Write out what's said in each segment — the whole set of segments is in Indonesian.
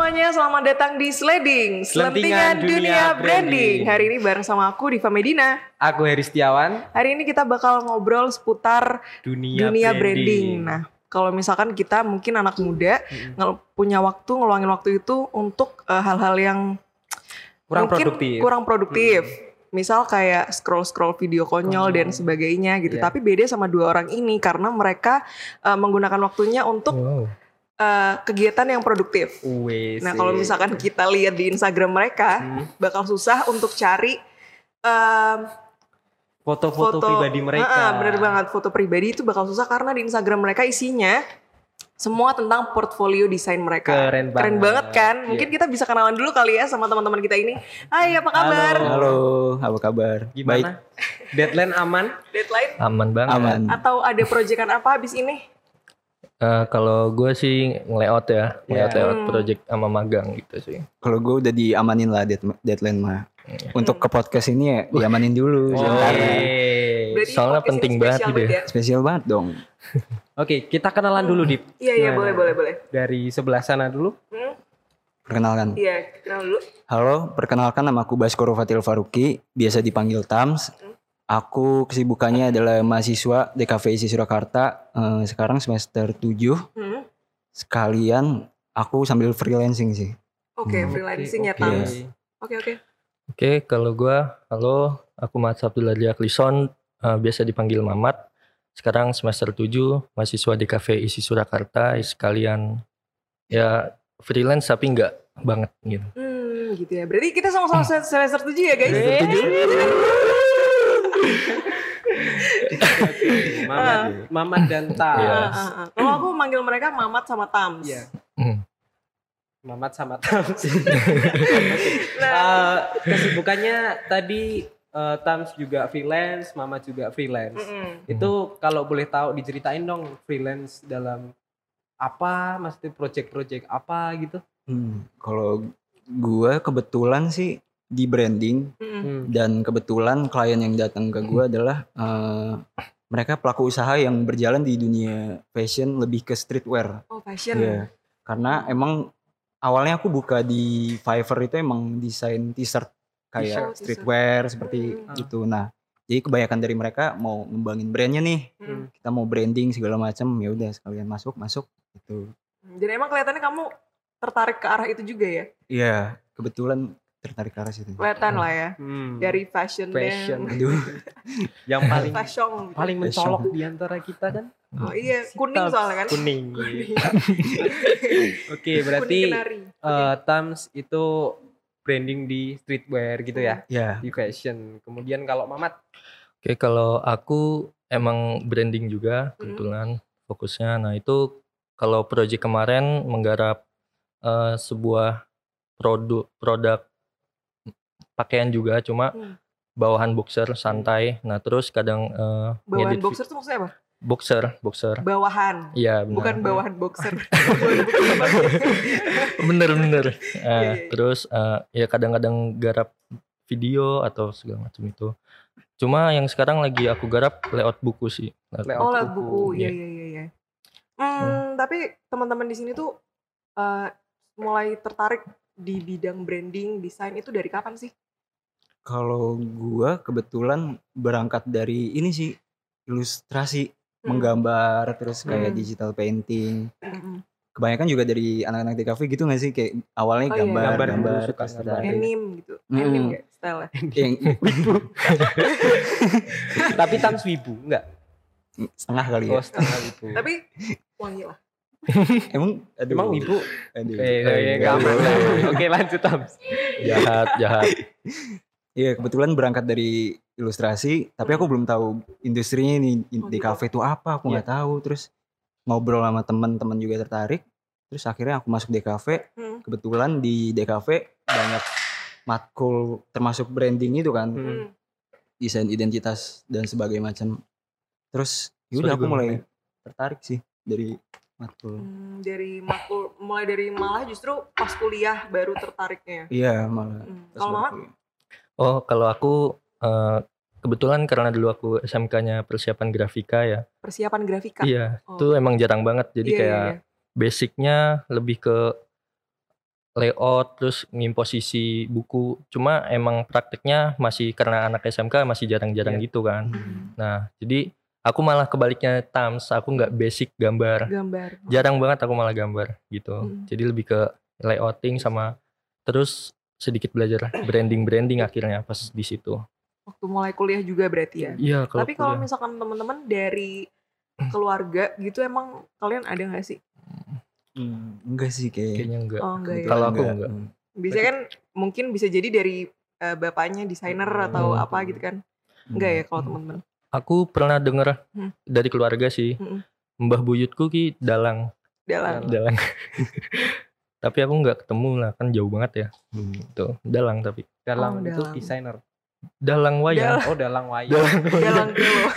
semuanya, selamat datang di Sleding, Selentingan Dunia Branding. Hari ini bareng sama aku, Diva Medina. Aku Heri Setiawan. Hari ini kita bakal ngobrol seputar dunia branding. Nah, kalau misalkan kita mungkin anak muda punya waktu, ngeluangin waktu itu untuk hal-hal yang kurang produktif. Misal kayak scroll video konyol dan sebagainya gitu. Tapi beda sama dua orang ini karena mereka menggunakan waktunya untuk kegiatan yang produktif. Nah, kalau misalkan kita lihat di Instagram mereka, bakal susah untuk cari foto-foto pribadi mereka. Bener banget, foto pribadi itu bakal susah karena di Instagram mereka isinya semua tentang portfolio desain mereka. Keren banget kan? Mungkin kita bisa kenalan dulu kali ya sama teman-teman kita ini. Hai, apa kabar? Halo, apa kabar? Gimana? Baik. Deadline aman? Deadline? Aman banget. Aman. Atau ada proyekan apa habis ini? Kalau gue sih nge-layout ya, nge-layout project sama magang gitu sih. Kalau gue udah diamanin lah deadline mah. Untuk ke podcast ini ya diamanin dulu. Soalnya penting banget gitu ya. Spesial banget dong. Oke, kita kenalan dulu, Dip. Iya, boleh. Dari sebelah sana dulu. Perkenalkan. Iya, kenal dulu. Halo, perkenalkan nama aku Baskoro Fatil Faruqi, biasa dipanggil Tams. Aku kesibukannya adalah mahasiswa DKV ISI Surakarta, sekarang semester 7. Sekalian aku sambil freelancing sih. Oke, freelancing ya Tams. Oke. Kalau gue, halo, aku Mat Abdullah Klison, biasa dipanggil Mamat. Sekarang semester 7, mahasiswa DKV ISI Surakarta, sekalian ya freelance tapi enggak banget gitu. Gitu ya. Berarti kita sama-sama semester 7 ya guys? Mamat dan Tams. Kalau aku manggil mereka Mamat sama Tams. Iya. Mamat sama Tams. Kesibukannya tadi Tams juga freelance, Mamat juga freelance. Itu kalau boleh tahu diceritain dong freelance dalam apa, maksudnya project-project apa gitu? Kalau gue kebetulan sih di branding dan kebetulan klien yang datang ke gue adalah mereka pelaku usaha yang berjalan di dunia fashion, lebih ke streetwear. Oh, fashion. Iya. Karena emang awalnya aku buka di Fiverr itu emang desain t-shirt kayak streetwear seperti itu. Nah, jadi kebanyakan dari mereka mau ngembangin brandnya nih. Kita mau branding segala macam, ya udah sekalian masuk gitu. Jadi emang kelihatannya kamu tertarik ke arah itu juga ya? Iya, kebetulan tertarik ke arah situ. Kelihatan lah ya. Dari fashion. Aduh. Yang paling gitu. mencolok di antara kita kan? Oh iya, kuning soalnya kan? Kuning. Oke, berarti Tams itu branding di streetwear gitu ya? Iya. Di fashion. Kemudian kalau Mamat? Oke, kalau aku emang branding juga kebetulan fokusnya. Nah, itu kalau project kemarin menggarap sebuah produk pakaian juga, cuma bawahan boxer santai. Nah, terus kadang bawahan boxer tuh maksudnya apa? Boxer. Bawahan. Iya, benar. Bukan bawahan boxer. bener. Terus ya kadang-kadang garap video atau segala macam itu. Cuma yang sekarang lagi aku garap layout buku sih. Layout buku. Iya. Tapi teman-teman di sini tuh mulai tertarik di bidang branding, desain itu dari kapan sih? Kalau gua kebetulan berangkat dari ini sih, ilustrasi, menggambar, terus kayak digital painting. Kebanyakan juga dari anak-anak DKV gitu gak sih? Kayak awalnya gambar anime gitu. Anime gak style-nya? Wibu. Tapi Tams wibu, enggak? Setengah kali ya. Setengah wibu. Tapi wangi lah. Emang wibu? Gak aman. Oke, lanjut Tams. Jahat. Iya, kebetulan berangkat dari ilustrasi, tapi aku belum tahu industrinya ini di kafe itu apa, aku nggak tahu. Terus ngobrol sama teman-teman juga tertarik. Terus akhirnya aku masuk DKV. Kebetulan di DKV banyak matkul termasuk branding itu kan, desain identitas dan sebagainya macam. Terus yaudah aku mulai tertarik sih dari matkul. Mulai dari malah justru pas kuliah baru tertariknya. Iya, malah. Kalau Mamat? Oh, kalau aku kebetulan karena dulu aku SMK-nya persiapan grafika ya. Persiapan grafika? Iya, itu emang jarang banget. Jadi basicnya lebih ke layout terus ngimposisi buku. Cuma emang prakteknya masih karena anak SMK masih jarang-jarang gitu kan. Nah, jadi aku malah kebaliknya Tams, aku nggak basic gambar. Jarang banget aku malah gambar gitu. Jadi lebih ke layouting sama terus sedikit belajar branding akhirnya pas di situ. Waktu mulai kuliah juga berarti ya? Iya, Tapi kalau misalkan teman-teman dari keluarga gitu emang kalian ada nggak sih? Enggak sih kayaknya enggak. Oh, enggak ya. Kalau aku enggak. Biasanya kan mungkin bisa jadi dari bapaknya desainer atau apa gitu kan. Enggak ya kalau teman-teman. Aku pernah dengar dari keluarga sih. Mbah buyutku ki dalang. Tapi aku enggak ketemu lah, kan jauh banget ya. Tuh, dalang tapi. Dalang itu desainer. Dalang wayang. Oh, dalang wayang. Dalang pilo.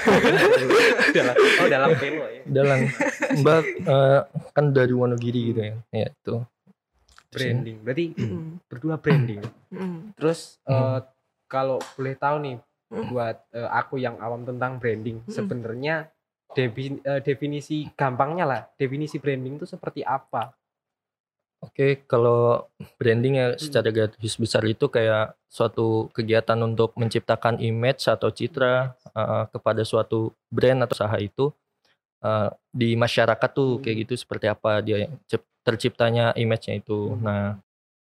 Dalang pilo ya. Dalang. Mbak kan dari Wonogiri gitu ya. Ya itu. Branding. Berarti berdua branding. Terus kalau boleh tahu nih buat aku yang awam tentang branding, sebenarnya definisi gampangnya lah, definisi branding itu seperti apa? Oke, kalau branding ya secara garis besar itu kayak suatu kegiatan untuk menciptakan image atau citra kepada suatu brand atau usaha itu di masyarakat tuh kayak gitu, seperti apa dia terciptanya image-nya itu. Nah,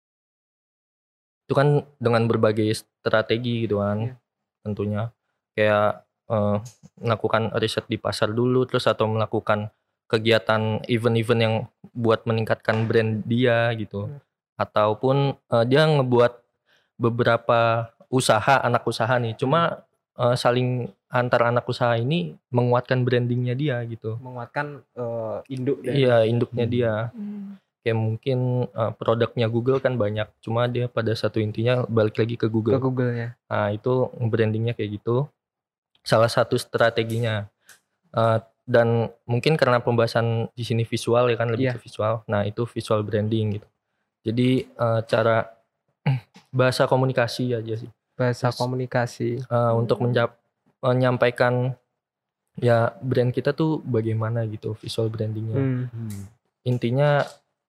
itu kan dengan berbagai strategi gitu kan, tentunya kayak melakukan riset di pasar dulu, terus atau melakukan kegiatan event-event yang buat meningkatkan brand dia gitu, ataupun dia ngebuat beberapa usaha, anak usaha nih, cuma saling antar anak usaha ini menguatkan brandingnya dia gitu, menguatkan induk dan induknya dia. Kayak mungkin produknya Google kan banyak, cuma dia pada satu intinya balik lagi ke Google. Ya. Nah, itu brandingnya kayak gitu, salah satu strateginya. Dan mungkin karena pembahasan di sini visual ya kan, lebih ke visual. Nah, itu visual branding gitu. Jadi cara bahasa komunikasi aja sih. Bahasa komunikasi untuk menyampaikan ya brand kita tuh bagaimana gitu, visual brandingnya. Intinya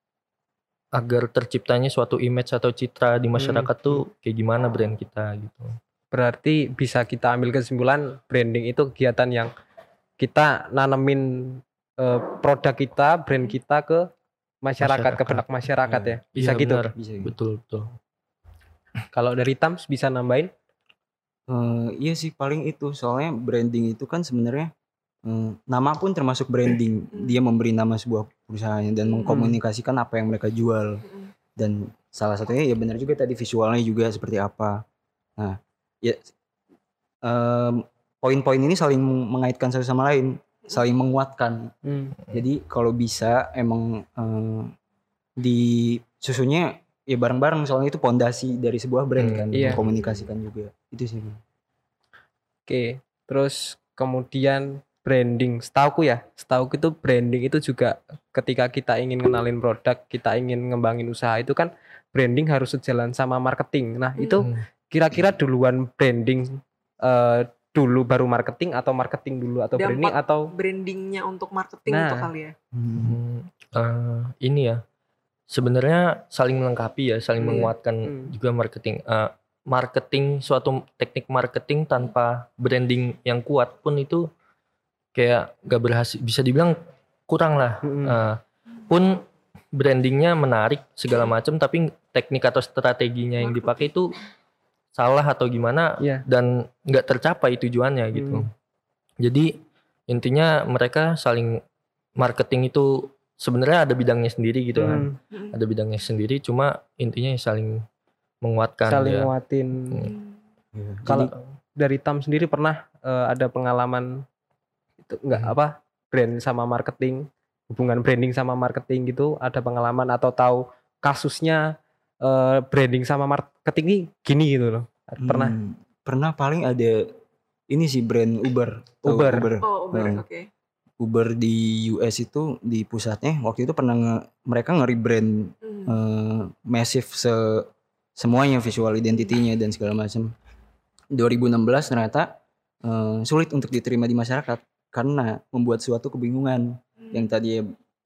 agar terciptanya suatu image atau citra di masyarakat tuh kayak gimana brand kita gitu. Berarti bisa kita ambil kesimpulan branding itu kegiatan yang kita nanemin produk kita, brand kita ke masyarakat. Ke benak masyarakat ya. Bisa gitu. Benar. Betul. Kalau dari Tams bisa nambahin? Iya sih paling itu, soalnya branding itu kan sebenarnya nama pun termasuk branding. Dia memberi nama sebuah perusahaan dan mengkomunikasikan apa yang mereka jual. Dan salah satunya ya benar juga tadi, visualnya juga seperti apa. Nah, ya poin-poin ini saling mengaitkan satu sama lain, saling menguatkan. Jadi kalau bisa emang disusunnya ya bareng-bareng, soalnya itu pondasi dari sebuah brand kan, mengkomunikasikan juga. Itu sih. Oke, terus kemudian branding, setauku itu branding itu juga ketika kita ingin kenalin produk, kita ingin ngembangin usaha, itu kan branding harus sejalan sama marketing. Nah, itu kira-kira duluan branding dulu baru marketing, atau marketing dulu atau dampak branding, atau brandingnya untuk marketing itu kali ya? Ini ya sebenarnya saling melengkapi ya, saling menguatkan juga marketing. Marketing, suatu teknik marketing tanpa branding yang kuat pun itu kayak gak berhasil, bisa dibilang kurang lah. Pun brandingnya menarik segala macam, tapi teknik atau strateginya yang dipakai itu salah atau gimana, dan nggak tercapai tujuannya gitu. Jadi intinya mereka saling, marketing itu sebenarnya ada bidangnya sendiri gitu kan, ada bidangnya sendiri, cuma intinya saling menguatkan, saling nguatin. Kalau dari Tam sendiri pernah ada pengalaman itu nggak, brand sama marketing, hubungan branding sama marketing gitu, ada pengalaman atau tahu kasusnya branding sama marketing ini gini gitu loh? Pernah paling ada ini sih, brand Uber. Uber, oke. Uber di US itu di pusatnya waktu itu pernah mereka nge-rebrand massive semuanya, visual identity-nya dan segala macam. 2016 ternyata sulit untuk diterima di masyarakat karena membuat suatu kebingungan. Yang tadi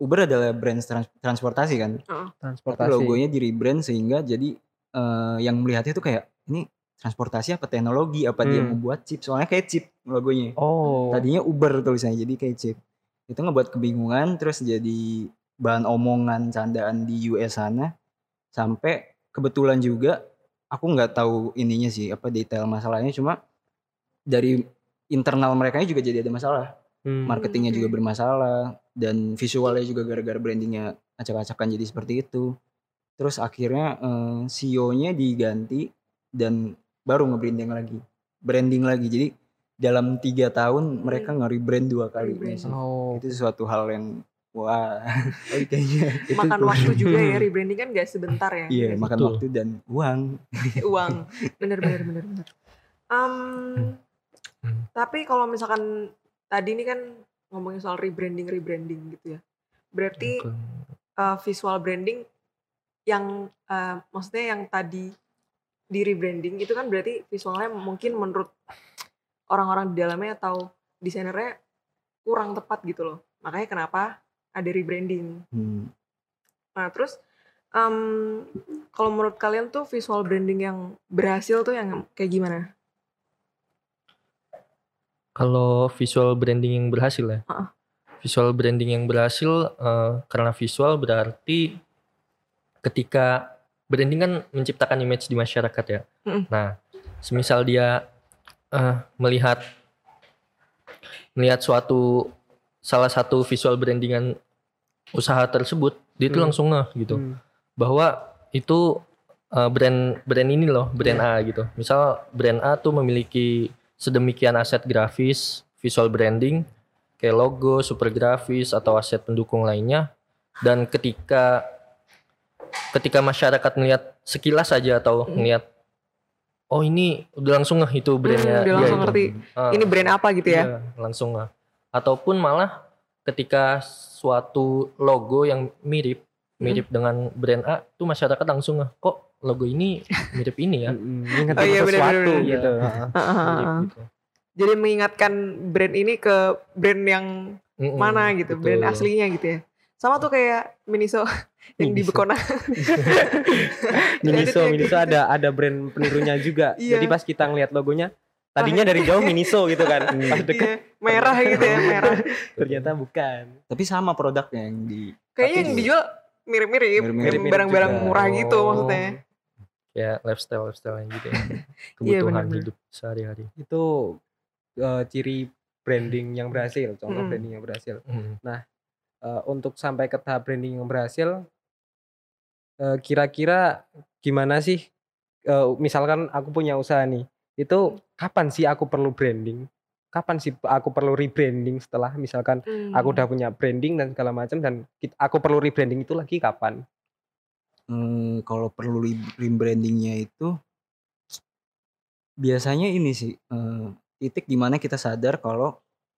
Uber adalah brand transportasi kan. Tapi logonya di rebrand sehingga jadi yang melihatnya tuh kayak ini transportasi apa teknologi apa dia membuat chip, soalnya kayak chip logonya. Tadinya Uber tulisannya jadi kayak chip. Itu ngebuat kebingungan, terus jadi bahan omongan candaan di US sana. Sampai kebetulan juga aku nggak tahu ininya sih apa detail masalahnya, cuma dari internal mereka juga jadi ada masalah. Marketingnya juga bermasalah dan visualnya juga gara-gara brandingnya acak-acakan jadi seperti itu. Terus akhirnya CEO-nya diganti dan baru branding lagi. Jadi dalam 3 tahun mereka nge-rebrand 2 kali. Itu sesuatu hal yang wah kayaknya itu makan waktu juga ya, rebranding kan gak sebentar ya. Iya, makan waktu dan uang. Bener. Tapi kalau misalkan tadi ini kan ngomongin soal rebranding gitu ya. Berarti visual branding yang maksudnya yang tadi di rebranding itu kan berarti visualnya mungkin menurut orang-orang di dalamnya atau desainernya kurang tepat gitu loh. Makanya kenapa ada rebranding. Nah terus kalau menurut kalian tuh visual branding yang berhasil tuh yang kayak gimana? Kalau visual branding yang berhasil ya, visual branding yang berhasil karena visual berarti ketika branding kan menciptakan image di masyarakat ya. Nah, semisal dia melihat salah satu visual brandingan usaha tersebut, dia itu langsung gitu bahwa itu brand ini loh, brand A gitu. Misal brand A tuh memiliki sedemikian aset grafis, visual branding, kayak logo, super grafis atau aset pendukung lainnya, dan ketika masyarakat melihat sekilas saja atau melihat oh ini udah langsung itu brandnya, dia langsung ngerti ini brand apa gitu ya. Iya, langsung ataupun malah ketika suatu logo yang mirip dengan brand A tuh masyarakat langsung kok logo ini mirip ini ya. Ingat sesuatu gitu. Jadi mengingatkan brand ini ke brand yang mana gitu, betul. Brand aslinya gitu ya. Sama tuh kayak Miniso yang di Bekona. Miniso ada brand penirunya juga. Jadi pas kita ngeliat logonya, tadinya dari jauh Miniso gitu kan. Pas deket merah gitu ya, merah. Ternyata bukan. Tapi sama produknya yang kayaknya yang dijual mirip-mirip barang-barang murah gitu maksudnya. Ya lifestyle yang gitu ya. Kebutuhan hidup sehari-hari. Itu ciri branding yang berhasil, contoh branding yang berhasil. Nah, untuk sampai ke tahap branding yang berhasil, kira-kira gimana sih? Misalkan aku punya usaha nih, itu kapan sih aku perlu branding? Kapan sih aku perlu rebranding setelah misalkan aku udah punya branding dan segala macam, dan aku perlu rebranding itu lagi kapan? Kalau perlu rebrandingnya itu biasanya ini sih titik dimana kita sadar kalau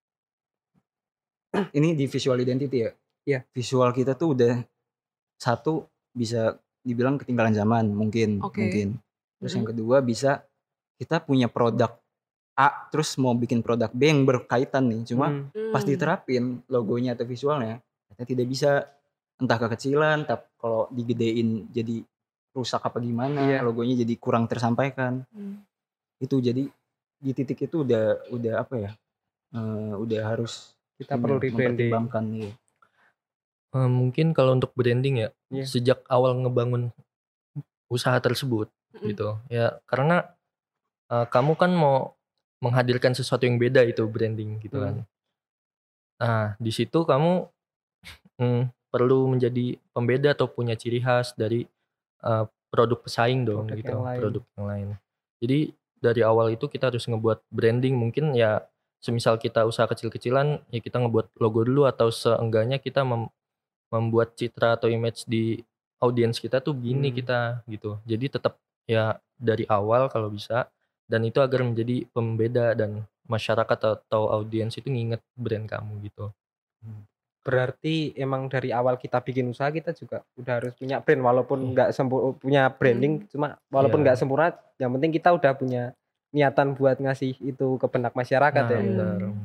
ini di visual identity ya. Iya. Visual kita tuh udah satu bisa dibilang ketinggalan zaman mungkin. Terus yang kedua bisa kita punya produk A terus mau bikin produk B yang berkaitan nih. Cuma pas diterapin logonya atau visualnya kita tidak bisa, entah kekecilan, kalau digedein jadi rusak apa gimana, logonya jadi kurang tersampaikan. Itu jadi di titik itu udah apa ya? Udah harus kita perlu rebranding. Ya. Mungkin kalau untuk branding ya, sejak awal ngebangun usaha tersebut gitu ya, karena kamu kan mau menghadirkan sesuatu yang beda, itu branding gitu kan. Nah di situ kamu perlu menjadi pembeda atau punya ciri khas dari produk pesaing dong, produk yang lain. Jadi dari awal itu kita harus ngebuat branding, mungkin ya semisal kita usaha kecil-kecilan ya kita ngebuat logo dulu, atau seenggaknya kita membuat citra atau image di audiens kita tuh gini kita gitu. Jadi tetap ya dari awal kalau bisa, dan itu agar menjadi pembeda dan masyarakat atau audiens itu nginget brand kamu gitu. Berarti emang dari awal kita bikin usaha kita juga udah harus punya brand, walaupun nggak punya branding, cuma walaupun nggak sempurna, yang penting kita udah punya niatan buat ngasih itu ke benak masyarakat. Benar.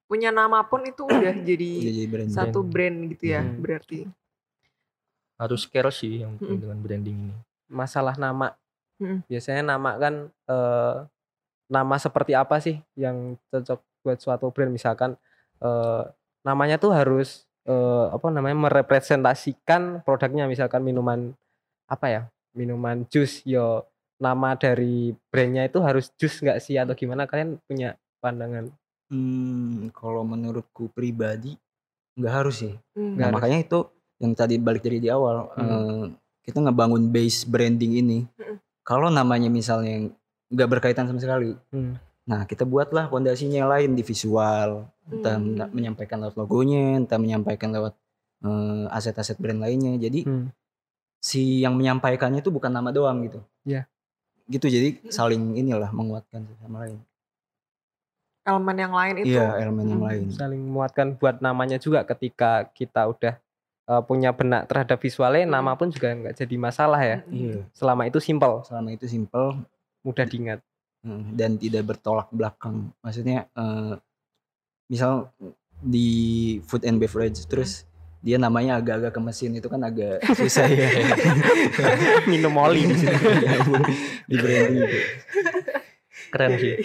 punya nama pun itu udah jadi satu brand gitu ya berarti. Harus care sih yang dengan branding ini. Masalah nama. Biasanya nama kan nama seperti apa sih yang cocok buat suatu brand, misalkan namanya tuh harus merepresentasikan produknya, misalkan minuman minuman jus, yo nama dari brandnya itu harus jus nggak sih atau gimana, kalian punya pandangan? Kalau menurutku pribadi nggak harus sih. Nah, makanya itu yang tadi balik dari di awal, kita ngebangun base branding ini. Kalau namanya misalnya nggak berkaitan sama sekali, nah kita buatlah fondasinya yang lain di visual, entah menyampaikan lewat logonya, entah menyampaikan lewat aset-aset brand lainnya. Jadi si yang menyampaikannya itu bukan nama doang gitu. Iya. Gitu, jadi saling inilah menguatkan sama lain. Elemen yang lain itu. Iya, elemen yang lain. Saling menguatkan buat namanya juga, ketika kita udah punya benak terhadap visualnya, nama pun juga nggak jadi masalah ya. Iya. Selama itu simple, mudah diingat dan tidak bertolak belakang. Maksudnya misal di food and beverage terus dia namanya agak-agak ke mesin, itu kan agak susah ya. Minum oli di situ. Di branding gitu. Keren sih.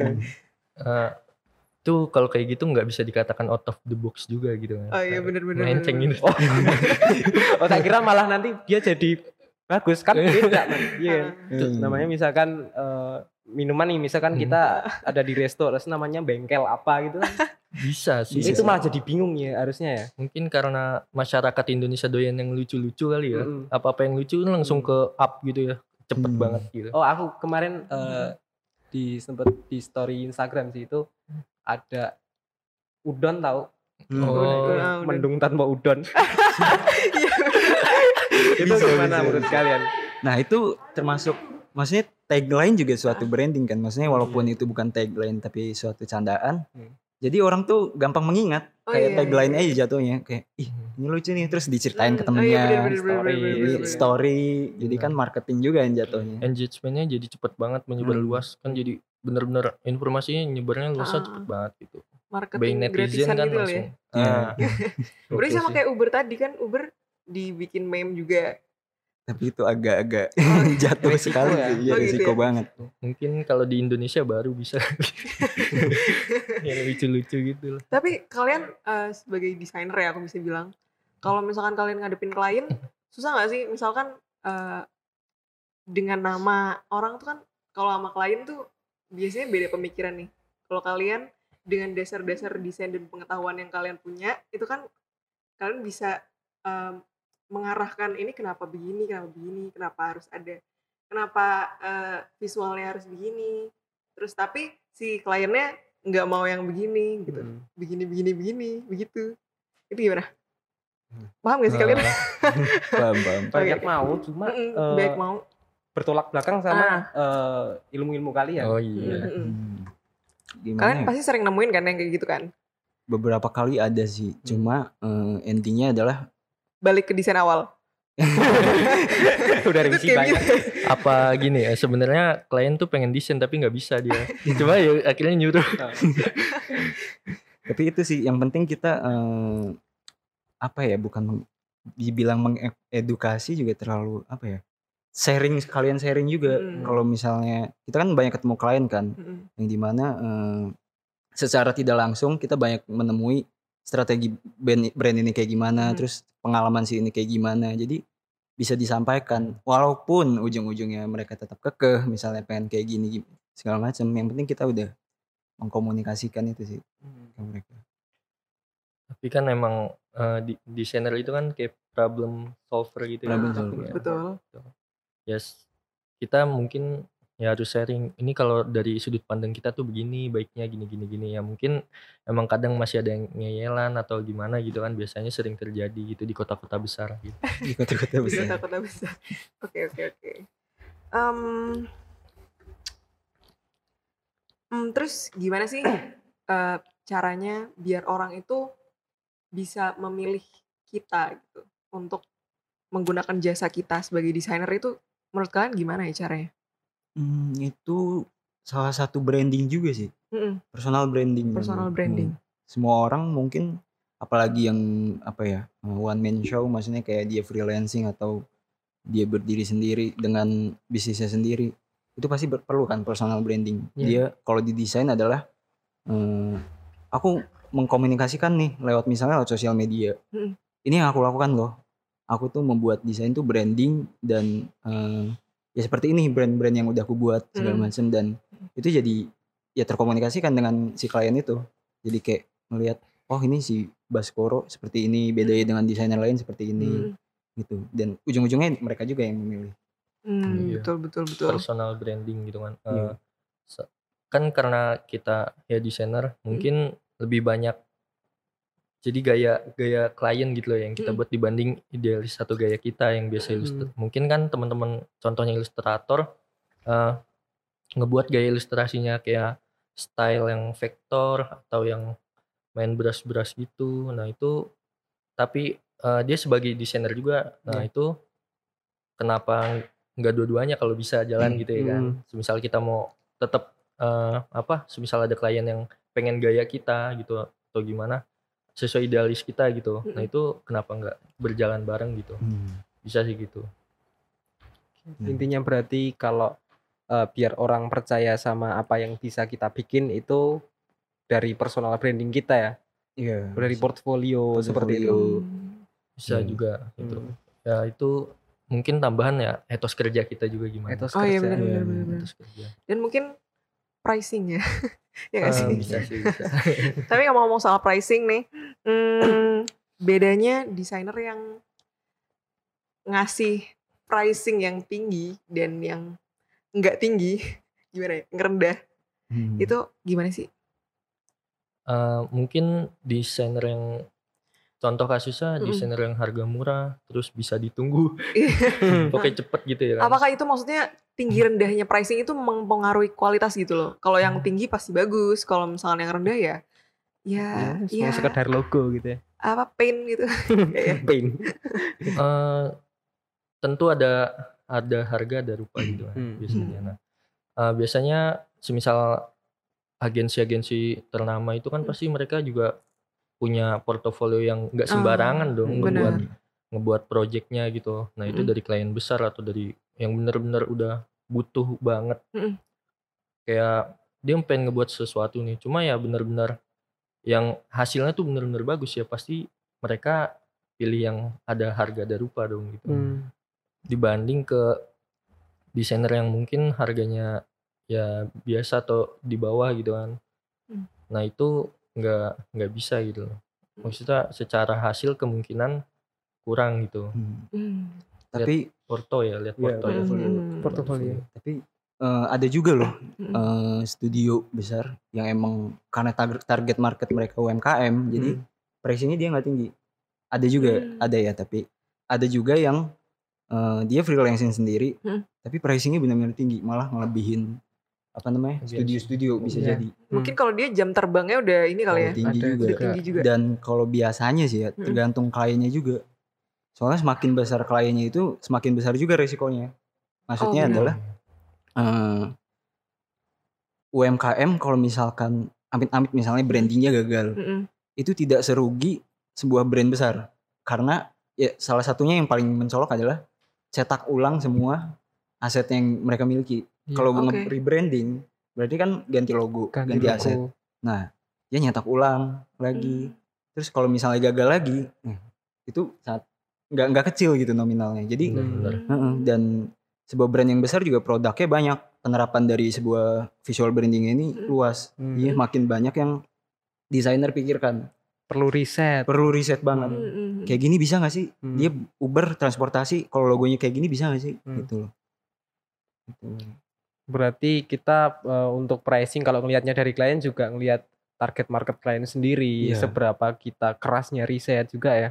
Tuh kalau kayak gitu nggak bisa dikatakan out of the box juga gitu kan. Oh iya, benar-benar. Melenceng gitu. Oh tak kira malah nanti dia jadi bagus kan, beda man. Iya. Namanya misalkan minuman nih, misalkan kita ada di resto terus namanya bengkel apa gitu kan. Bisa sih. Itu malah jadi bingung ya harusnya ya. Mungkin karena masyarakat Indonesia doyan yang lucu-lucu kali ya. Apa-apa yang lucu langsung ke up gitu ya. Cepet banget gitu. Oh, aku kemarin sempet di story Instagram sih, itu ada udon tahu? Mendung tanpa udon. Itu gimana menurut kalian? Nah, itu termasuk, maksudnya tagline juga suatu branding kan. Maksudnya walaupun itu bukan tagline tapi suatu candaan. Jadi orang tuh gampang mengingat, kayak tagline aja jatuhnya, kayak ih ini lucu nih, terus diceritain ke temennya, story. Jadi kan marketing juga yang jatuhnya. Engagementnya jadi cepet banget menyebar luas kan, jadi bener-bener informasinya nyebarnya luasnya cepet banget gitu. Marketing gratisan kan gitu langsung. Ya. Berarti sama kayak Uber tadi kan, Uber dibikin meme juga. Tapi itu agak-agak jatuh sekali ya. Iya, risiko banget. Mungkin kalau di Indonesia baru bisa yang lucu-lucu gitu. Tapi kalian sebagai desainer ya, aku bisa bilang, kalau misalkan kalian ngadepin klien, susah nggak sih misalkan dengan nama orang tuh kan, kalau sama klien tuh biasanya beda pemikiran nih. Kalau kalian dengan dasar-dasar desain dan pengetahuan yang kalian punya, itu kan kalian bisa mengarahkan ini kenapa begini, kenapa harus ada, kenapa visualnya harus begini. Terus tapi si kliennya nggak mau yang begini gitu, begini begitu. Itu gimana? Paham gak sih kalian? Paham. Banyak mau, cuma baik mau bertolak belakang sama ilmu-ilmu kalian. Oh iya. Kalian pasti sering nemuin kan yang kayak gitu kan? Beberapa kali ada sih, cuma intinya adalah balik ke desain awal. Udah revisi banyak. Apa gini ya, sebenarnya klien tuh pengen desain tapi nggak bisa dia. Cuma ya akhirnya nyuruh. Tapi itu sih yang penting kita bukan dibilang mengedukasi juga terlalu kalian sharing juga. Kalau misalnya kita kan banyak ketemu klien kan, yang dimana secara tidak langsung kita banyak menemui strategi brand ini kayak gimana, terus pengalaman si ini kayak gimana. Jadi bisa disampaikan walaupun ujung-ujungnya mereka tetap kekeh misalnya pengen kayak gini segala macam. Yang penting kita udah mengkomunikasikan itu sih ke mereka. Tapi kan emang desainer itu kan kayak problem solver gitu. Betul. Yes, kita mungkin ya harus sharing, ini kalau dari sudut pandang kita tuh begini, baiknya gini ya. Mungkin emang kadang masih ada yang ngeyelan atau gimana gitu kan, biasanya sering terjadi gitu di kota-kota besar gitu. Di kota-kota besar. Oke. Terus gimana sih caranya biar orang itu bisa memilih kita gitu untuk menggunakan jasa kita sebagai desainer, itu menurut kalian gimana ya caranya? Itu salah satu branding juga sih. Personal branding. semua orang mungkin, apalagi yang one man show, maksudnya kayak dia freelancing atau dia berdiri sendiri dengan bisnisnya sendiri, itu pasti perlu kan personal branding. Dia kalau di desain adalah aku mengkomunikasikan nih lewat misalnya lewat sosial media. Ini yang aku lakukan loh. Aku tuh membuat desain tuh branding dan ya seperti ini brand-brand yang udah aku buat segala macam, dan itu jadi ya terkomunikasikan dengan si klien itu. Jadi kayak melihat, oh ini si Baskoro seperti ini, bedanya dengan desainer lain seperti ini gitu. Dan ujung-ujungnya mereka juga yang memilih. Betul. Personal branding gitu kan. Kan karena kita ya desainer, mungkin lebih banyak jadi gaya klien gitu loh yang kita buat dibanding idealis atau gaya kita yang biasa mungkin kan teman-teman contohnya ilustrator ngebuat gaya ilustrasinya kayak style yang vektor atau yang main brush gitu. Nah itu tapi dia sebagai desainer juga. Nah itu kenapa nggak dua-duanya kalau bisa jalan gitu ya kan. Semisal kita mau tetap semisal ada klien yang pengen gaya kita gitu atau gimana sesuai idealis kita gitu. Nah itu kenapa nggak berjalan bareng gitu. Bisa sih gitu. Intinya berarti kalau biar orang percaya sama apa yang bisa kita bikin itu dari personal branding kita ya. Iya. Dari portfolio seperti itu. Bisa juga gitu. Ya itu mungkin tambahan ya etos kerja kita juga gimana. Etos kerja. Benar. Etos kerja. Dan mungkin pricing ya. Ya gak sih? Bisa. Tapi ngomong soal pricing nih, bedanya desainer yang ngasih pricing yang tinggi dan yang enggak tinggi, gimana ya, ngerendah, itu gimana sih? Mungkin desainer yang contoh kasusnya desainer yang harga murah terus bisa ditunggu pokoknya cepet gitu ya kan. Apakah itu maksudnya tinggi rendahnya pricing itu mempengaruhi kualitas gitu loh? Kalau yang tinggi pasti bagus, kalau misalnya yang rendah ya sekedar logo gitu ya. Apa paint gitu. Paint. Tentu ada harga ada rupa gitu kan biasanya. Nah, biasanya semisal agensi-agensi ternama itu kan pasti mereka juga punya portofolio yang nggak sembarangan dong ngebuat projectnya gitu. Nah itu dari klien besar atau dari yang benar-benar udah butuh banget. Kayak dia pengen ngebuat sesuatu nih, cuma ya benar-benar yang hasilnya tuh benar-benar bagus ya pasti mereka pilih yang ada harga ada rupa dong gitu. Dibanding ke desainer yang mungkin harganya ya biasa atau di bawah gitu kan. Nah itu nggak bisa gitu. Maksudnya secara hasil kemungkinan kurang gitu. Tapi lihat portofolio. Tapi ada juga loh studio besar yang emang karena target market mereka UMKM, jadi pricingnya dia nggak tinggi. Ada juga ada ya, tapi ada juga yang dia freelancing sendiri, tapi pricingnya benar-benar tinggi, malah ngelebihin studio-studio bisa jadi. Mungkin kalau dia jam terbangnya udah ini kali ya. Tinggi juga. Dan kalau biasanya sih ya tergantung kliennya juga. Soalnya semakin besar kliennya itu semakin besar juga resikonya. Maksudnya adalah UMKM kalau misalkan amit-amit misalnya brandingnya gagal, itu tidak serugi sebuah brand besar. Karena ya salah satunya yang paling mencolok adalah cetak ulang semua aset yang mereka miliki. Kalau rebranding berarti kan ganti logo, ganti aset. Nah, dia nyetak ulang lagi. Terus kalau misalnya gagal lagi, itu saat nggak kecil gitu nominalnya. Jadi dan sebuah brand yang besar juga produknya banyak. Penerapan dari sebuah visual branding ini luas. Jadi makin banyak yang desainer pikirkan. Perlu riset banget. Kayak gini bisa nggak sih? Dia Uber transportasi, kalau logonya kayak gini bisa nggak sih? Gitu loh. Berarti kita untuk pricing kalau ngelihatnya dari klien juga ngelihat target market klien sendiri, seberapa kita kerasnya riset juga ya.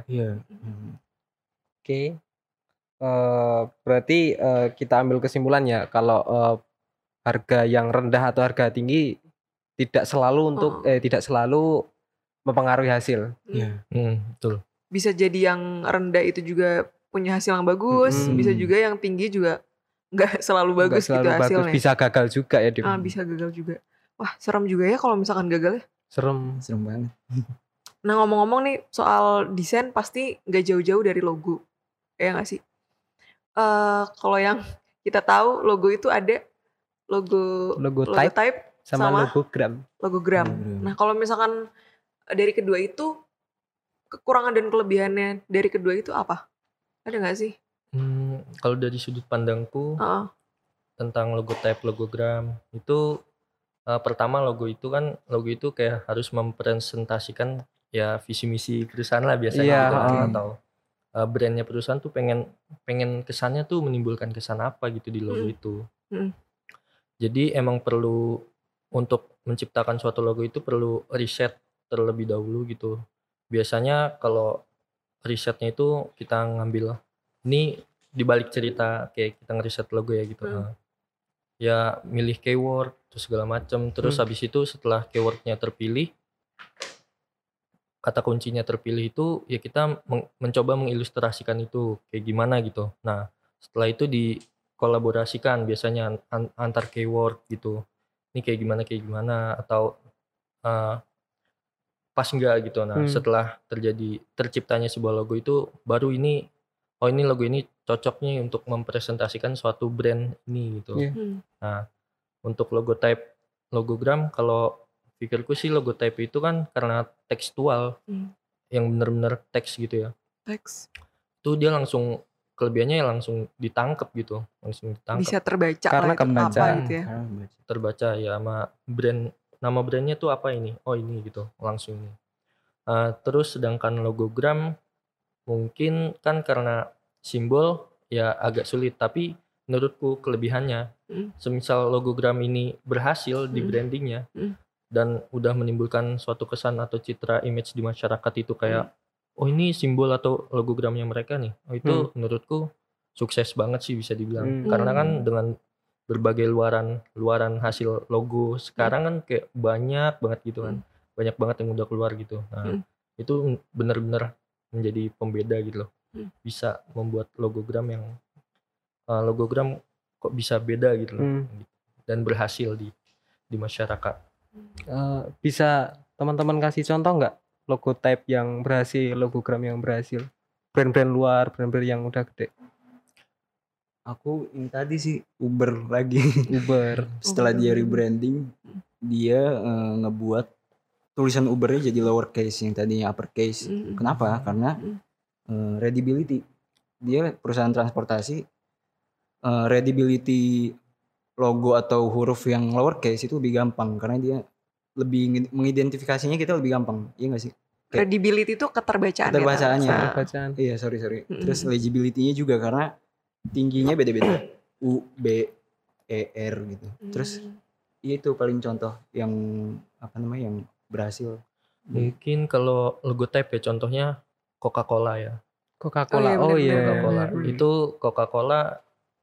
Oke. Berarti kita ambil kesimpulannya kalau harga yang rendah atau harga tinggi tidak selalu mempengaruhi hasil. Betul. Bisa jadi yang rendah itu juga punya hasil yang bagus, bisa juga yang tinggi juga nggak selalu bagus gitu hasilnya. Bisa gagal juga ya. Bisa gagal juga. Wah serem juga ya kalau misalkan gagal ya. Serem banget. Nah ngomong-ngomong nih soal desain pasti nggak jauh-jauh dari logo, ya nggak sih? Kalau yang kita tahu logo itu ada logo type sama logogram. Nah kalau misalkan dari kedua itu kekurangan dan kelebihannya dari kedua itu apa? Ada nggak sih? Kalau dari sudut pandangku tentang logo type, logogram itu pertama logo itu kayak harus mempresentasikan ya visi misi perusahaan lah biasanya gitu kan, atau brandnya perusahaan tuh pengen kesannya tuh menimbulkan kesan apa gitu di logo itu. Jadi emang perlu untuk menciptakan suatu logo itu perlu riset terlebih dahulu gitu. Biasanya kalau risetnya itu kita ngambil ini di balik cerita kayak kita ngeriset logo ya gitu. Ya milih keyword terus segala macam, terus habis itu setelah keywordnya terpilih, kata kuncinya terpilih itu ya kita mencoba mengilustrasikan itu kayak gimana gitu. Nah setelah itu dikolaborasikan biasanya antar keyword gitu, ini kayak gimana atau pas enggak gitu. Nah setelah terciptanya sebuah logo itu baru ini logo ini cocok nih untuk mempresentasikan suatu brand ini gitu. Nah untuk logo type, logogram, kalau pikirku sih logo type itu kan karena tekstual, yang benar-benar teks gitu ya. Teks. Itu dia langsung kelebihannya langsung ditangkap gitu, Bisa terbaca karena kebaca gitu ya. Terbaca ya sama brand, nama brandnya tuh apa ini? Oh ini gitu, langsung ini. Terus sedangkan logogram mungkin kan karena simbol ya agak sulit, tapi menurutku kelebihannya semisal logogram ini berhasil di brandingnya dan udah menimbulkan suatu kesan atau citra image di masyarakat itu kayak oh ini simbol atau logogramnya mereka nih, oh itu menurutku sukses banget sih bisa dibilang. Karena kan dengan berbagai luaran hasil logo sekarang kan kayak banyak banget gitu kan, banyak banget yang udah keluar gitu. Nah itu benar-benar menjadi pembeda gitu loh, bisa membuat logogram yang logogram kok bisa beda gitu loh, dan berhasil di masyarakat. Bisa teman-teman kasih contoh nggak logo type yang berhasil, logogram yang berhasil, brand-brand luar, brand-brand yang udah gede? Aku ini tadi sih Uber lagi. Uber. Setelah dia rebranding, dia ngebuat tulisan Ubernya jadi lowercase yang tadinya uppercase. Kenapa? Karena readability. Dia perusahaan transportasi, readability logo atau huruf yang lowercase itu lebih gampang karena dia lebih mengidentifikasinya kita lebih gampang. Iya nggak sih? Credibility itu keterbacaannya. Iya sorry. Terus legibility-nya juga karena tingginya beda-beda, U, B, E, R gitu. Terus itu paling contoh yang yang berhasil. Mungkin kalau logo type ya contohnya Coca-Cola ya. Coca-Cola. Coca-Cola. Itu Coca-Cola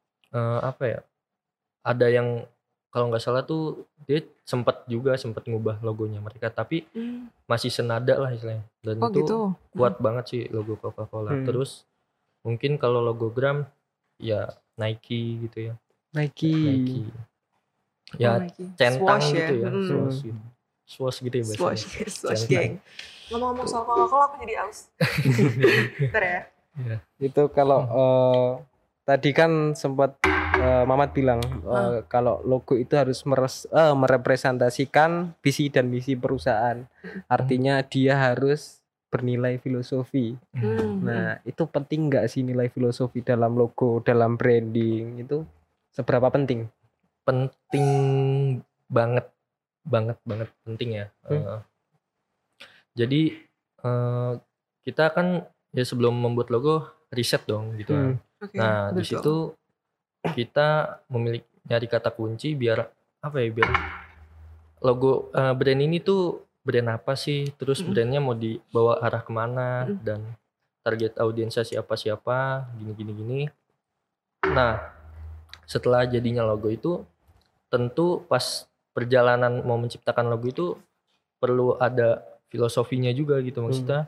ada yang kalau nggak salah tuh dia sempat ngubah logonya mereka, tapi masih senada lah istilahnya, dan itu gitu. Kuat banget sih logo Coca-Cola. Terus mungkin kalau logogram ya Nike gitu ya. Nike. Ya centang Swoosh gitu ya. Swoosh gitu ya bahasanya. Swoosh gang. Ngomong-ngomong soal Coca-Cola aku jadi aus. Bentar ya. Itu kalau tadi kan sempat Mamat bilang kalau logo itu harus merepresentasikan visi dan misi perusahaan. Artinya dia harus bernilai filosofi. Nah, itu penting nggak sih nilai filosofi dalam logo, dalam branding itu seberapa penting? Penting banget penting ya. Jadi kita kan ya sebelum membuat logo riset dong gitu kan. Nah di situ kita nyari kata kunci biar biar logo brand ini tuh brand apa sih, terus brandnya mau dibawa arah kemana, dan target audiensnya siapa gini. Nah setelah jadinya logo itu tentu pas perjalanan mau menciptakan logo itu perlu ada filosofinya juga gitu. Maksudnya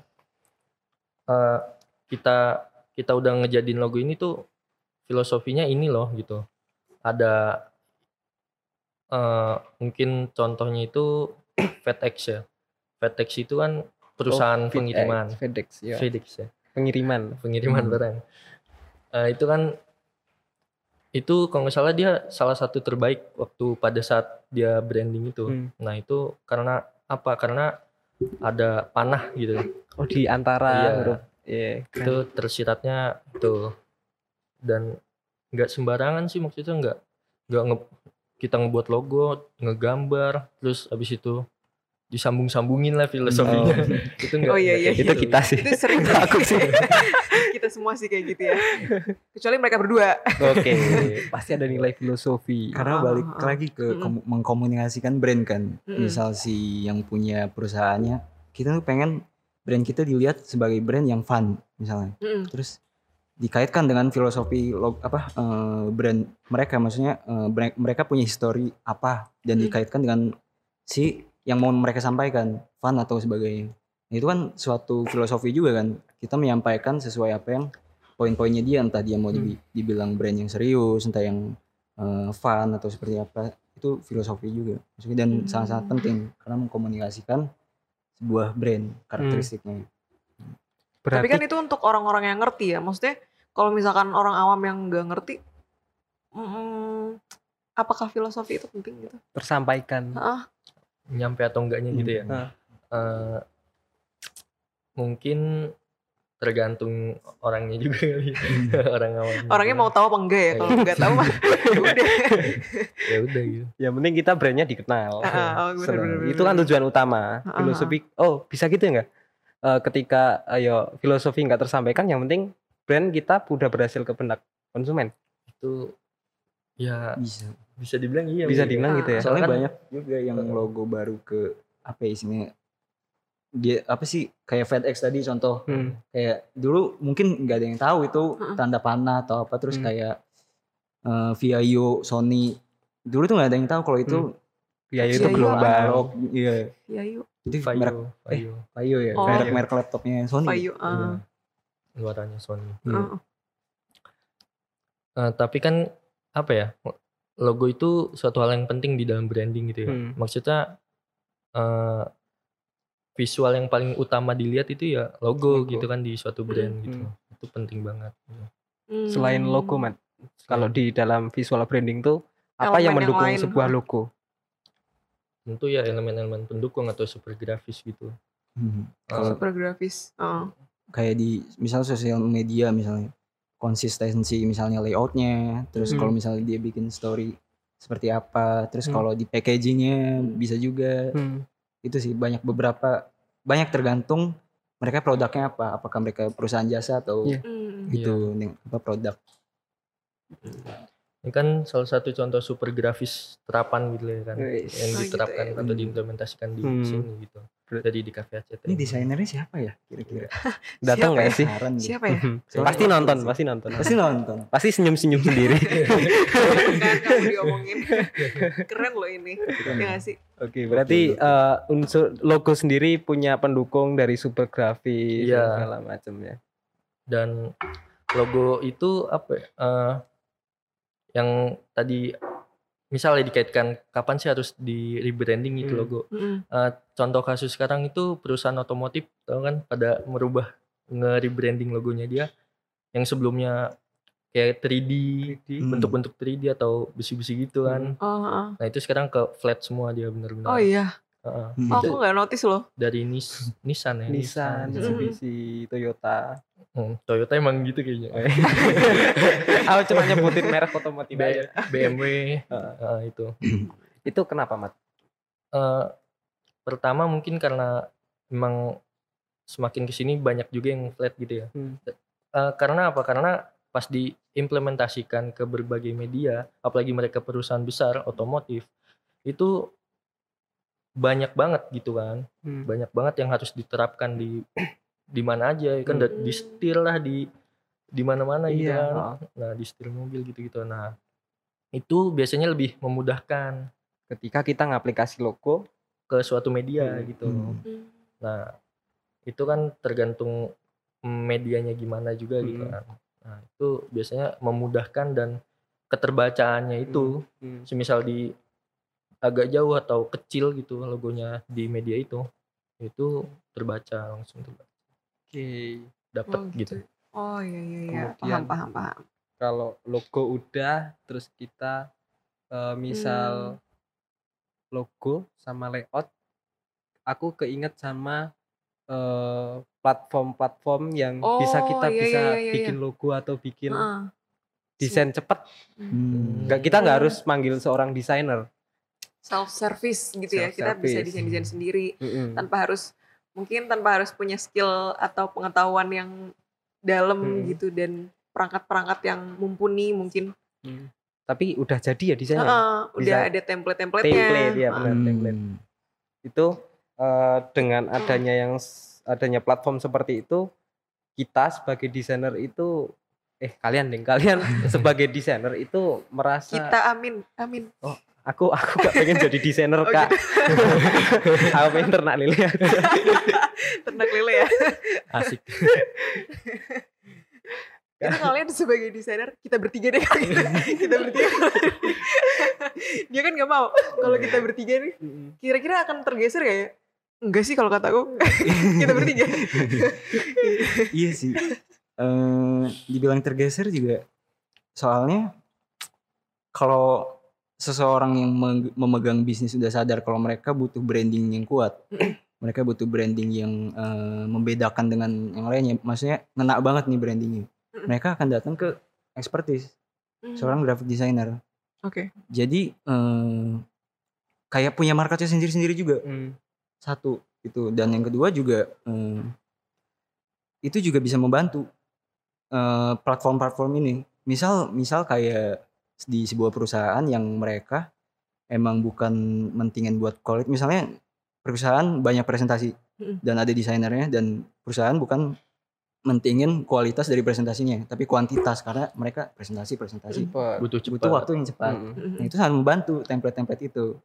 kita udah ngejadiin logo ini tuh filosofinya ini loh gitu. Ada mungkin contohnya itu FedEx ya. FedEx itu kan perusahaan pengiriman. FedEx ya. FedEx ya. Pengiriman barang. Itu kan kalau nggak salah dia salah satu terbaik waktu pada saat dia branding itu. Nah itu karena apa? Karena ada panah gitu. Oh di antara huruf. Iya. Itu tersiratnya tuh. Dan nggak sembarangan sih, maksudnya kita ngebuat logo, ngegambar, terus abis itu disambung-sambungin lah filosofinya. Itu enggak. Oh iya. Itu kita sih. Itu sering aku sih. Kita semua sih kayak gitu ya. Kecuali mereka berdua. Oke, pasti ada nilai filosofi. Karena balik lagi ke mengkomunikasikan brand kan. Misal si yang punya perusahaannya, kita tuh pengen brand kita dilihat sebagai brand yang fun misalnya. Terus dikaitkan dengan filosofi brand mereka, maksudnya mereka punya histori apa dan dikaitkan dengan si yang mau mereka sampaikan, fun atau sebagainya. Nah, itu kan suatu filosofi juga kan. Kita menyampaikan sesuai apa yang poin-poinnya dia, entah dia mau dibilang brand yang serius, entah yang fun atau seperti apa. Itu filosofi juga. Maksudnya dan sangat-sangat penting karena mengkomunikasikan sebuah brand karakteristiknya. Tapi kan itu untuk orang-orang yang ngerti ya. Maksudnya kalau misalkan orang awam yang nggak ngerti, apakah filosofi itu penting gitu? Tersampaikan. Nyampe atau enggaknya gitu ya. Mungkin tergantung orangnya juga kali. Orang awam. Orangnya mau tahu apa enggak ya? Kalau nggak tahu mah udah. Ya udah gitu. Ya penting kita brandnya dikenal. Bener. Itu kan tujuan utama. Filosofi. Oh bisa gitu ya nggak? Ketika filosofi nggak tersampaikan, yang penting brand kita udah berhasil ke benak konsumen. Itu ya bisa dibilang iya. Bisa dibilang gitu ya. Soalnya banyak juga yang logo baru ke apa isinya. Dia apa sih kayak FedEx tadi contoh. Kayak dulu mungkin nggak ada yang tahu itu tanda panah atau apa, terus kayak Viayo, Sony. Dulu tuh nggak ada yang tahu kalau itu Viayo itu global. Iya. Viayo. Itu merek Vaio ya, merek laptopnya Sony. Vaio. Luarannya Sony. Tapi kan apa ya, logo itu suatu hal yang penting di dalam branding gitu ya. Maksudnya visual yang paling utama dilihat itu ya logo gitu kan di suatu brand gitu. Itu penting banget. Selain logo, Mat, kalau di dalam visual branding tuh apa yang mendukung sebuah logo? Tentu ya elemen-elemen pendukung atau super grafis gitu. Super grafis. Kayak di misal sosial media misalnya, konsistensi misalnya layoutnya, terus kalau misalnya dia bikin story seperti apa, terus kalau di packagingnya bisa juga. Itu sih banyak tergantung mereka produknya apa, apakah mereka perusahaan jasa atau gitu apa produk. Ini kan salah satu contoh super grafis terapan gitu ya kan, yang diterapkan atau diimplementasikan di sini gitu. Jadi di Cafe ACT. Ini desainernya siapa ya kira-kira? Datang nggak sih? Siapa ya? Pasti nonton. Pasti senyum-senyum sendiri. Kan kamu diomongin. Keren loh ini. Ya nggak sih? Oke, berarti unsur logo sendiri punya pendukung dari super grafis segala macam ya. Dan logo itu apa ya? Yang tadi misalnya dikaitkan kapan sih harus di rebranding itu logo. Contoh kasus sekarang itu perusahaan otomotif, tahu kan, pada merubah nge-rebranding logonya dia yang sebelumnya kayak 3D, bentuk-bentuk 3D atau besi-besi gitu kan. Nah itu sekarang ke flat semua dia benar-benar. Oh iya. Aku nggak notice loh. Dari Nissan ya. Nissan, Mitsubishi, Toyota. Toyota emang gitu kayaknya. Aku cuma nyebutin merek otomotif aja. BMW itu. Itu kenapa, Mat? Pertama mungkin karena memang semakin kesini banyak juga yang flat gitu ya. Karena apa? Karena pas diimplementasikan ke berbagai media, apalagi mereka perusahaan besar otomotif, itu banyak banget gitu kan. Banyak banget yang harus diterapkan di mana aja kan, di setir lah di mana-mana gitu kan. Nah di setir mobil gitu-gitu. Nah itu biasanya lebih memudahkan ketika kita ngaplikasi logo ke suatu media gitu. Nah itu kan tergantung medianya gimana juga gitu kan. Nah itu biasanya memudahkan dan keterbacaannya itu. Semisal di agak jauh atau kecil gitu logonya di media itu itu terbaca langsung terbaca. Dapat gitu. Oh iya. Paham. Kalau logo udah, terus kita misal logo sama layout, aku keinget sama platform-platform yang bisa kita bikin logo atau bikin desain cepat. Kita nggak harus manggil seorang desainer. Self service gitu ya, kita bisa desain sendiri tanpa harus punya skill atau pengetahuan yang dalam gitu dan perangkat-perangkat yang mumpuni mungkin. Tapi udah jadi ya desainnya. Udah ada template-templatenya. Template ya benar, template. Itu dengan adanya platform seperti itu, kita sebagai desainer itu kalian sebagai desainer itu merasa amin. Oh, aku gak pengen jadi desainer Kak. Gitu. Aku pengen ternak lele aja. Ternak lele ya. Asik. Itu kalian sebagai desainer, kita bertiga deh. Kita bertiga. Dia kan gak mau kalau kita bertiga nih. Kira-kira akan tergeser gak ya? Enggak sih kalau kataku. Kita bertiga. Iya sih. Dibilang tergeser juga, soalnya kalau seseorang yang memegang bisnis sudah sadar kalau mereka butuh branding yang kuat, mereka butuh branding yang membedakan dengan yang lainnya, maksudnya ngena banget nih brandingnya, mereka akan datang ke expertise seorang graphic designer. Oke. Jadi kayak punya marketnya sendiri-sendiri juga. Satu itu, dan yang kedua juga itu juga bisa membantu platform-platform ini. Misal kayak di sebuah perusahaan yang mereka emang bukan mentingin buat quality, misalnya perusahaan banyak presentasi dan ada desainernya, dan perusahaan bukan mentingin kualitas dari presentasinya tapi kuantitas, karena mereka presentasi butuh waktu yang cepat. Nah, itu sangat membantu template itu.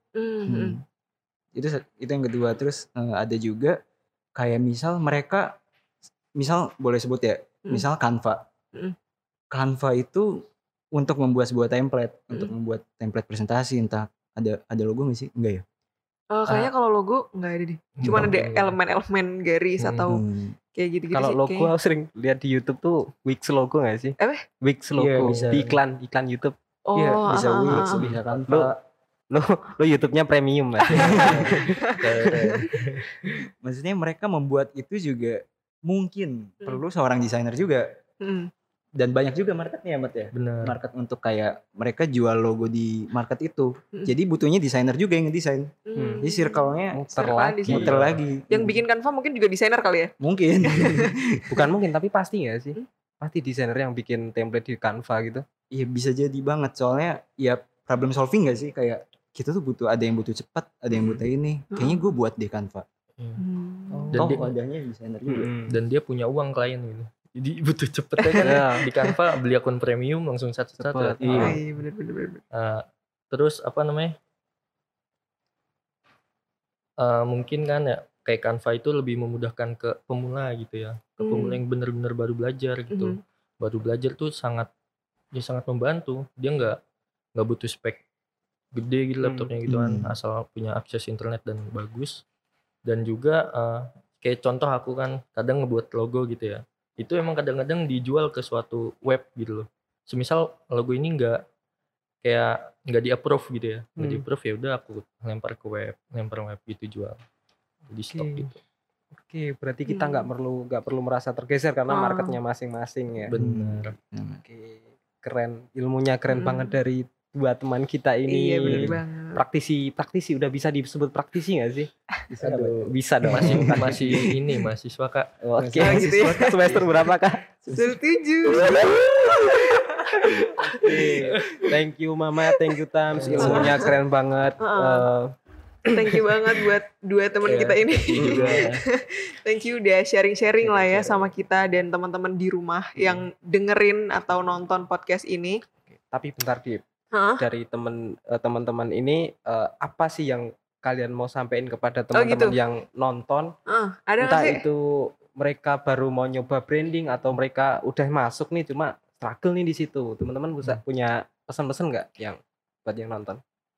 Itu yang kedua. Terus ada juga kayak misal boleh sebut ya, misal Canva. Canva itu untuk membuat sebuah template, untuk membuat template presentasi, entah ada logo nggak sih? Enggak ya? Kayaknya kalau logo nggak ada deh. Cuman ada elemen-elemen garis atau kayak gitu-gitu. Kalau logo aku sering lihat di YouTube tuh Wix logo nggak sih? Wix logo di iklan YouTube. Iya, bisa Wix, bisa Canva. Lo YouTube-nya premium lah. Maksudnya mereka membuat itu juga mungkin perlu seorang desainer juga. Dan banyak juga marketnya, Mat ya. Benar. Market untuk kayak mereka jual logo di market itu. Jadi butuhnya desainer juga yang ngedesain. Jadi circle-nya muter lagi. Yang bikin Canva mungkin juga desainer kali ya? Mungkin. Bukan mungkin, tapi pasti gak sih? Pasti desainer yang bikin template di Canva gitu. Iya, bisa jadi banget. Soalnya ya problem solving gak sih? Kayak kita tuh ada yang butuh cepat, ada yang butuh ini. Kayaknya gue buat di Canva. Dan wadahnya desainer juga. Dan dia punya uang klien gitu. Jadi butuh cepet kan di Canva, beli akun premium langsung satu. Iya, bener. Terus apa namanya? Mungkin kan ya kayak Canva itu lebih memudahkan ke pemula gitu ya. Ke pemula yang benar-benar baru belajar gitu. Baru belajar tuh sangat membantu. Dia nggak butuh spek gede gitu laptopnya gitu kan, asal punya akses internet dan bagus. Dan juga kayak contoh aku kan kadang ngebuat logo gitu ya. Itu emang kadang-kadang dijual ke suatu web gitu loh. Semisal logo ini nggak di approve gitu ya, nggak di approve, ya udah aku lempar web gitu, jual di stok gitu. Oke, berarti kita nggak perlu merasa tergeser karena marketnya masing-masing ya. Benar. Oke, keren, ilmunya keren banget dari dua teman kita ini. Iya, benar banget. Praktisi udah bisa disebut praktisi nggak sih? Bisa dong. Masih ini mahasiswa Kak. Oke, gitu ya. Semester berapa Kak? 7. Thank you Mama, thank you Tams, ilmunya keren banget. Thank you banget buat dua teman kita ini. Thank you udah sharing-sharing lah ya sama kita dan teman-teman di rumah yang dengerin atau nonton podcast ini. Tapi bentar Dip, dari teman-teman ini apa sih yang kalian mau sampaikan kepada teman-teman yang nonton? Ada entah itu mereka baru mau nyoba branding atau mereka udah masuk nih cuma struggle nih di situ. Teman-teman bisa punya pesan-pesan nggak yang buat yang nonton?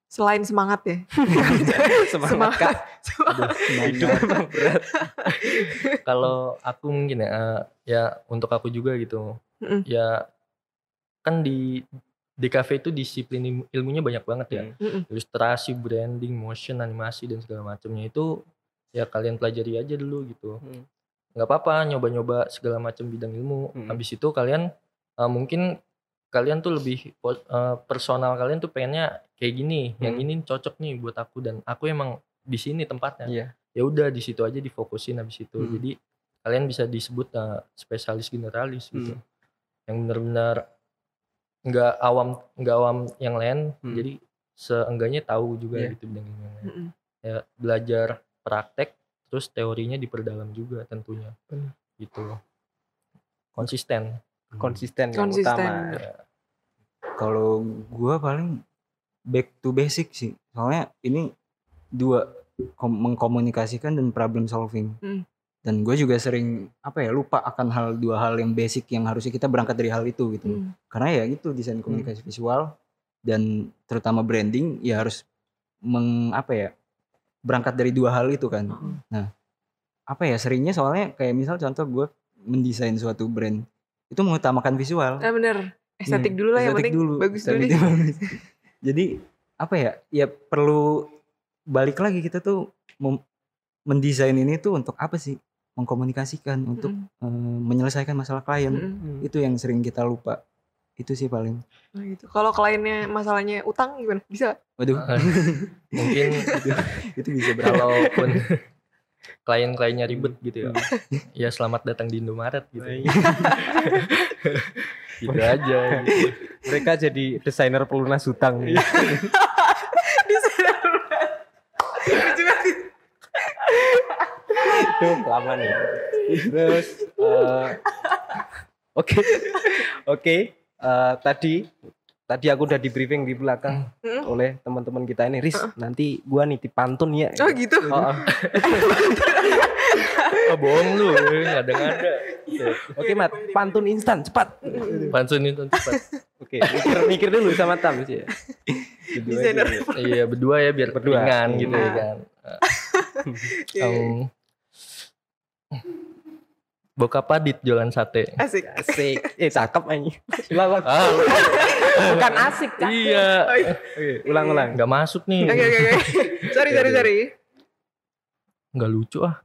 Selain semangat ya. Semangat Kak. Hidup memang berat. Kalau aku mungkin ya untuk aku juga gitu. Ya kan di DKV itu disiplin ilmunya banyak banget ya. Ilustrasi, branding, motion, animasi dan segala macamnya itu ya kalian pelajari aja dulu gitu. Nggak apa-apa nyoba-nyoba segala macam bidang ilmu. Habis itu kalian mungkin kalian tuh lebih personal, kalian tuh pengennya kayak gini, yang ini cocok nih buat aku dan aku emang di sini tempatnya. Ya udah di situ aja difokusin habis itu. Jadi kalian bisa disebut spesialis generalis gitu. Yang benar-benar nggak awam yang lain, jadi seenggaknya tahu juga gitu bidang yang lain. Ya belajar praktek terus teorinya diperdalam juga tentunya. Gitu loh. Konsisten yang utama. Ya. Kalau gua paling back to basic sih. Soalnya ini dua mengkomunikasikan dan problem solving. Dan gue juga sering lupa akan dua hal yang basic yang harusnya kita berangkat dari hal itu gitu. Karena ya gitu desain komunikasi visual dan terutama branding ya harus berangkat dari dua hal itu kan. Nah, seringnya soalnya kayak misal contoh gue mendesain suatu brand itu mengutamakan visual. Bener. Estetik dulu lah, yang penting bagus dulu. Jadi ya perlu balik lagi kita tuh mendesain ini tuh untuk apa sih? Mengkomunikasikan untuk menyelesaikan masalah klien. Itu yang sering kita lupa. Itu sih paling. Gitu. Kalau kliennya masalahnya utang gimana? Bisa? Waduh. Mungkin itu bisa walaupun klien-kliennya ribet gitu ya. Ya selamat datang di Indomaret gitu. Gitu aja gitu. Mereka jadi desainer pelunas hutang. Desainer pelunas. Itu lama nih. Terus oke. Tadi aku udah di briefing di belakang oleh teman-teman kita ini. Riz, nanti gua nitip pantun ya. Oh gitu. Bohong lu, ngada-ngada. Oke, Mat, pantun instan cepat. Pantun instan cepat. Oke, mikir dulu sama Tam sih ya. Iya, berdua ya biar ringan gitu ya kan. Bokap Adit jualan sate. Asik. Cakep anjing. Silakan. Bukan asik, Kak. Iya. Oke, ulang. Enggak masuk nih. Oke. Sorry. Enggak lucu ah.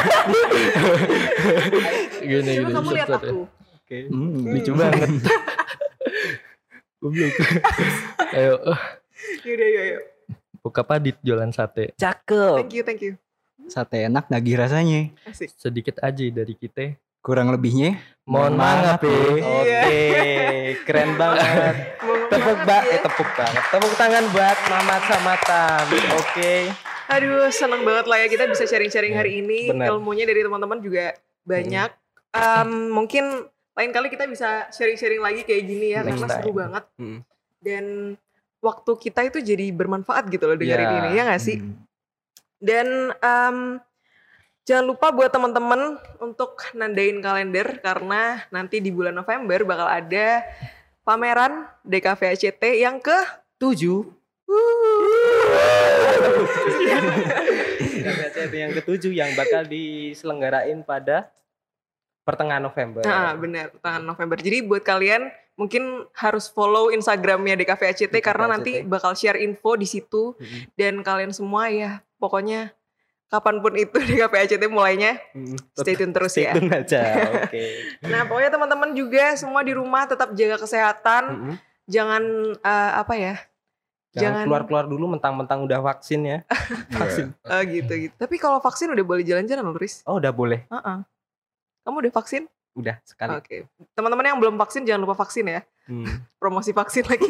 Gini. Coba kamu lihat aku. Oke. Lucu banget. Goblok. Ayo. Yaudah. Bokap Adit jualan sate. Cakep. Thank you. Sate enak, nagih rasanya. Asik. Sedikit aja dari kita. Kurang lebihnya mohon maaf ya. Oke, keren banget. Tepuk tangan buat Mamat sama Tam. Oke. Aduh, seneng banget lah ya kita bisa sharing-sharing hari ini. Bener. Ilmunya dari teman-teman juga banyak. Mungkin lain kali kita bisa sharing-sharing lagi kayak gini ya, karena seru banget. Dan waktu kita itu jadi bermanfaat gitu loh dengerin ini, ya nggak sih? Dan jangan lupa buat teman-teman untuk nandain kalender karena nanti di bulan November bakal ada pameran DKV ACT yang ke-7. DKV ACT yang ke-7 yang bakal diselenggarain pada pertengahan November. Nah, benar, pertengahan November. Jadi buat kalian mungkin harus follow Instagramnya DKV ACT karena nanti bakal share info di situ. Dan kalian semua ya pokoknya kapanpun itu DKV ACT mulainya, stay tune terus ya. Stay tune aja, oke. Nah pokoknya teman-teman juga semua di rumah tetap jaga kesehatan. Jangan Jangan keluar-keluar dulu mentang-mentang udah vaksin ya. Vaksin. Gitu. Tapi kalau vaksin udah boleh jalan-jalan loh, Riz. Oh udah boleh. Kamu udah vaksin? Udah sekali. Oke. Teman-teman yang belum vaksin jangan lupa vaksin ya. Promosi vaksin lagi.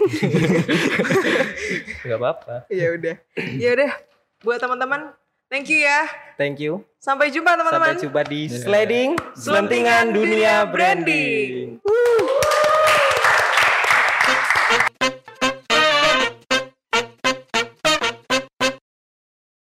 Gak apa-apa. Ya udah. Buat teman-teman, thank you ya. Thank you. Sampai jumpa teman-teman. Sampai jumpa di Sliding Selentingan Dunia Branding.